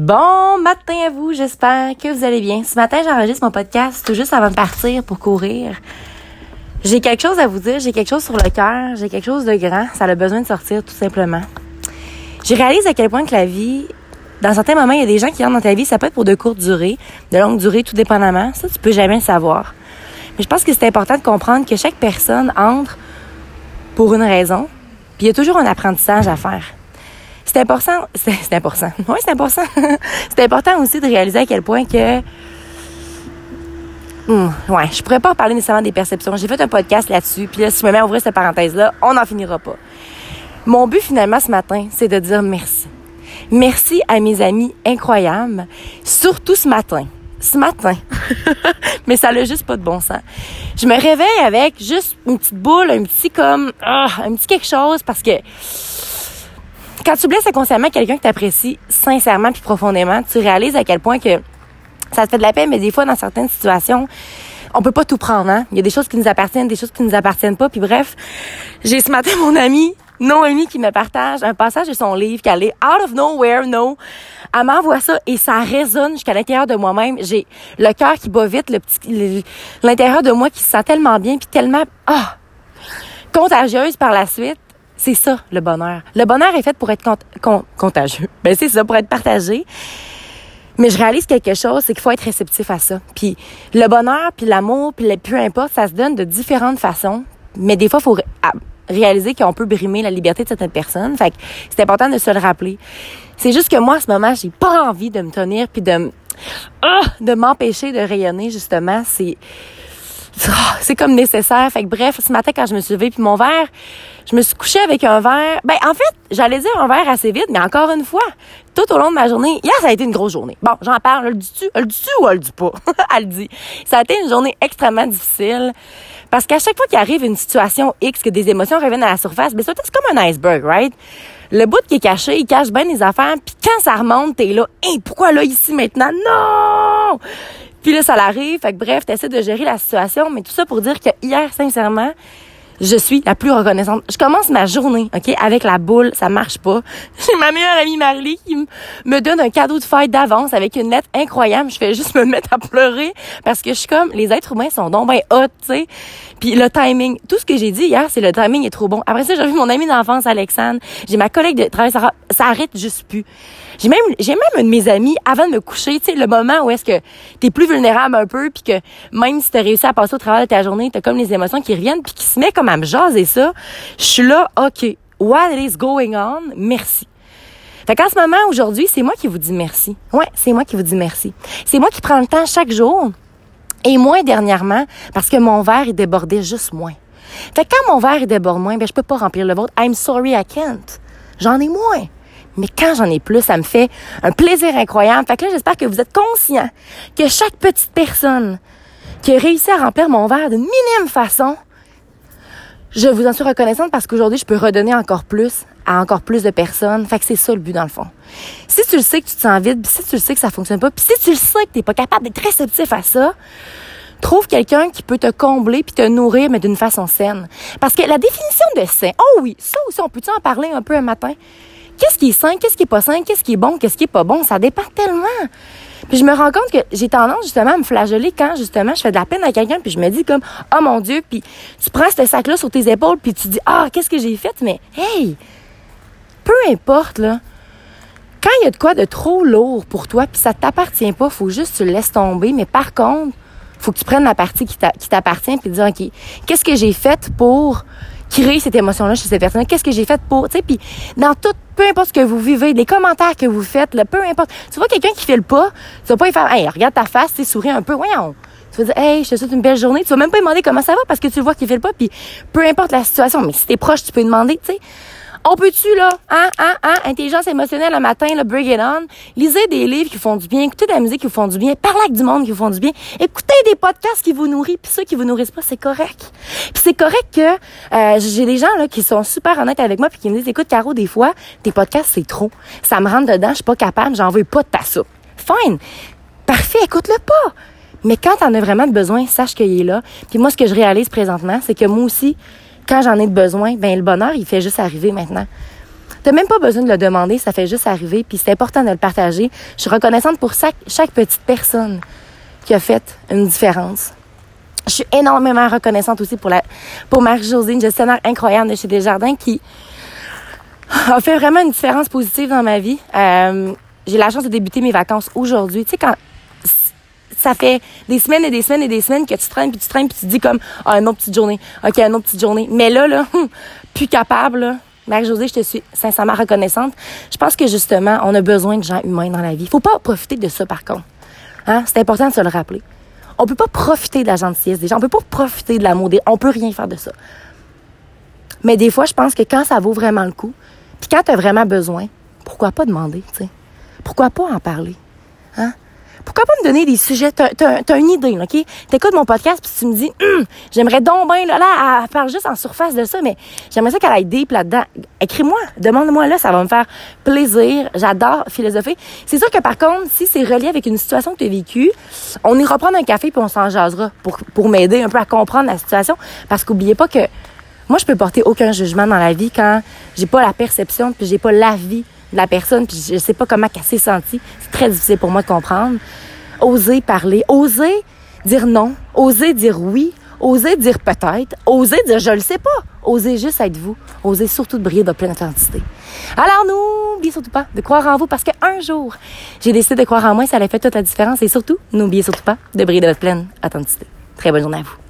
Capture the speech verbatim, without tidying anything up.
Bon matin à vous, j'espère que vous allez bien. Ce matin, j'enregistre mon podcast tout juste avant de partir pour courir. J'ai quelque chose à vous dire, j'ai quelque chose sur le cœur, j'ai quelque chose de grand, ça a besoin de sortir tout simplement. J'ai réalisé à quel point que la vie, dans certains moments, il y a des gens qui entrent dans ta vie, ça peut être pour de courtes durées, de longue durée, tout dépendamment. Ça, tu peux jamais le savoir. Mais je pense que c'est important de comprendre que chaque personne entre pour une raison, puis il y a toujours un apprentissage à faire. C'est important, c'est, c'est important. Oui, c'est important. C'est important aussi de réaliser à quel point que Hum, ouais, je pourrais pas en parler nécessairement des perceptions. J'ai fait un podcast là-dessus, puis là, si je me mets à ouvrir cette parenthèse-là, on n'en finira pas. Mon but, finalement, ce matin, c'est de dire merci. Merci à mes amis incroyables, surtout ce matin. Ce matin. Mais ça n'a juste pas de bon sens. Je me réveille avec juste une petite boule, un petit comme, ah, un petit quelque chose, parce que quand tu blesses inconsciemment quelqu'un que tu apprécies sincèrement puis profondément, tu réalises à quel point que ça te fait de la peine, mais des fois, dans certaines situations, on peut pas tout prendre, hein. Il y a des choses qui nous appartiennent, des choses qui nous appartiennent pas. Puis bref, j'ai ce matin mon ami, Noémie, qui me partage un passage de son livre qu'elle est out of nowhere, no. Elle m'envoie ça et ça résonne jusqu'à l'intérieur de moi-même. J'ai le cœur qui bat vite, le petit, le, l'intérieur de moi qui se sent tellement bien puis tellement, ah, contagieuse par la suite. C'est ça, le bonheur. Le bonheur est fait pour être cont- con- contagieux. Ben, c'est ça, pour être partagé. Mais je réalise quelque chose, c'est qu'il faut être réceptif à ça. Puis le bonheur, puis l'amour, puis le, peu importe, ça se donne de différentes façons. Mais des fois, il faut ré- réaliser qu'on peut brimer la liberté de certaines personnes. Fait que c'est important de se le rappeler. C'est juste que moi, à ce moment, j'ai pas envie de me tenir puis de m- ah, de m'empêcher de rayonner, justement. C'est c'est comme nécessaire. Fait que bref, ce matin, quand je me suis levée, puis mon verre, je me suis couchée avec un verre. Ben, en fait, j'allais dire un verre assez vide, mais encore une fois, tout au long de ma journée, hier, ça a été une grosse journée. Bon, j'en parle, elle le dit-tu? Elle le dit-tu ou elle le dit pas? Elle le dit. Ça a été une journée extrêmement difficile. Parce qu'à chaque fois qu'il arrive une situation X, que des émotions reviennent à la surface, ben, c'est comme un iceberg, right? Le bout qui est caché, il cache bien les affaires, puis quand ça remonte, t'es là, hey, pourquoi là, ici, maintenant? Non! Puis là, ça l'arrive. Fait que bref, t'essaies de gérer la situation. Mais tout ça pour dire que hier, sincèrement, je suis la plus reconnaissante. Je commence ma journée, OK, avec la boule. Ça marche pas. J'ai ma meilleure amie Marley qui m- me donne un cadeau de fête d'avance avec une lettre incroyable. Je fais juste me mettre à pleurer parce que je suis comme, les êtres humains sont donc ben hot, tu sais. Puis le timing, tout ce que j'ai dit hier, c'est le timing est trop bon. Après ça, j'ai vu mon amie d'enfance, Alexandre. J'ai ma collègue de travail, Sarah. Ça arrête juste plus. J'ai même, j'ai même une de mes amies, avant de me coucher, tu sais, le moment où est-ce que t'es plus vulnérable un peu, puis que même si t'as réussi à passer au travers de ta journée, t'as comme les émotions qui reviennent, puis qui se met comme à me jaser ça. Je suis là, OK, what is going on? Merci. Fait qu'en ce moment, aujourd'hui, c'est moi qui vous dis merci. Ouais, c'est moi qui vous dis merci. C'est moi qui prends le temps chaque jour, et moins dernièrement, parce que mon verre, il débordait juste moins. Fait que quand mon verre, il déborde moins, ben je peux pas remplir le vôtre. I'm sorry, I can't. J'en ai moins. Mais quand j'en ai plus, ça me fait un plaisir incroyable. Fait que là, j'espère que vous êtes conscients que chaque petite personne qui a réussi à remplir mon verre d'une minime façon, je vous en suis reconnaissante parce qu'aujourd'hui, je peux redonner encore plus à encore plus de personnes. Fait que c'est ça le but dans le fond. Si tu le sais que tu te sens vide, puis si tu le sais que ça fonctionne pas, puis si tu le sais que t'es pas capable d'être réceptif à ça, trouve quelqu'un qui peut te combler puis te nourrir, mais d'une façon saine. Parce que la définition de sain, oh oui, ça aussi, on peut-tu en parler un peu un matin? Qu'est-ce qui est sain, qu'est-ce qui est pas sain, qu'est-ce qui est bon, qu'est-ce qui est pas bon, ça dépend tellement. Puis je me rends compte que j'ai tendance justement à me flageller quand justement je fais de la peine à quelqu'un puis je me dis comme oh mon Dieu, puis tu prends ce sac-là sur tes épaules puis tu dis ah qu'est-ce que j'ai fait, mais hey, peu importe là, quand il y a de quoi de trop lourd pour toi puis ça t'appartient pas, faut juste que tu le laisses tomber, mais par contre faut que tu prennes la partie qui, t'a, qui t'appartient puis te dire ok, qu'est-ce que j'ai fait pour créer cette émotion-là chez cette personne-là, qu'est-ce que j'ai fait pour, tu sais, puis dans tout, peu importe ce que vous vivez, les commentaires que vous faites, là, peu importe, tu vois quelqu'un qui file pas, tu vas pas lui faire, hey, regarde ta face, tu sais, souris un peu, voyons, tu vas dire, hey, je te souhaite une belle journée, tu vas même pas lui demander comment ça va parce que tu le vois qu'il file pas, puis peu importe la situation, mais si t'es proche, tu peux lui demander, tu sais. On peut-tu, là, hein, hein, hein, intelligence émotionnelle le matin, là, bring it on. Lisez des livres qui font du bien, écoutez de la musique qui vous font du bien, parlez avec du monde qui vous font du bien, écoutez des podcasts qui vous nourrissent, puis ceux qui vous nourrissent pas, c'est correct. Puis c'est correct que euh, j'ai des gens là qui sont super honnêtes avec moi puis qui me disent, écoute, Caro, des fois, tes podcasts, c'est trop. Ça me rentre dedans, je suis pas capable, j'en veux pas de ta soupe. Fine. Parfait, écoute-le pas. Mais quand t'en as vraiment besoin, sache qu'il est là. Puis moi, ce que je réalise présentement, c'est que moi aussi, quand j'en ai de besoin, ben le bonheur, il fait juste arriver maintenant. T'as même pas besoin de le demander, ça fait juste arriver, puis c'est important de le partager. Je suis reconnaissante pour chaque, chaque petite personne qui a fait une différence. Je suis énormément reconnaissante aussi pour la pour Marie-Josée, une gestionnaire incroyable de chez Desjardins qui a fait vraiment une différence positive dans ma vie. Euh, j'ai la chance de débuter mes vacances aujourd'hui. Tu sais, quand ça fait des semaines et des semaines et des semaines que tu traînes, puis tu traînes, puis tu te dis comme « Ah, une autre petite journée. OK, une autre petite journée. » Mais là, là, plus capable, là. Marie-Josée, je te suis sincèrement reconnaissante. Je pense que, justement, on a besoin de gens humains dans la vie. Faut pas profiter de ça, par contre. Hein? C'est important de se le rappeler. On peut pas profiter de la gentillesse des gens. On peut pas profiter de l'amour des... On peut rien faire de ça. Mais des fois, je pense que quand ça vaut vraiment le coup, puis quand t'as vraiment besoin, pourquoi pas demander, tu sais? Pourquoi pas en parler? Hein? Pourquoi pas me donner des sujets? T'as, t'as, t'as une idée, OK? T'écoutes mon podcast puis tu me dis, hum, j'aimerais donc bien, là, là, elle parle juste en surface de ça, mais j'aimerais ça qu'elle aille deep là-dedans. Écris-moi, demande-moi là, ça va me faire plaisir. J'adore philosopher. C'est sûr que par contre, si c'est relié avec une situation que tu as vécue, on ira prendre un café puis on s'en jasera pour, pour m'aider un peu à comprendre la situation. Parce qu'oubliez pas que moi, je peux porter aucun jugement dans la vie quand j'ai pas la perception puis j'ai pas l'avis de la personne, puis je sais pas comment elle s'est sentie. C'est très difficile pour moi de comprendre. Oser parler, oser dire non, oser dire oui, oser dire peut-être, oser dire je le sais pas, oser juste être vous, oser surtout de briller de votre pleine authenticité. Alors n'oubliez surtout pas de croire en vous, parce qu'un jour, j'ai décidé de croire en moi, ça a fait toute la différence, et surtout, n'oubliez surtout pas de briller de votre pleine authenticité. Très bonne journée à vous.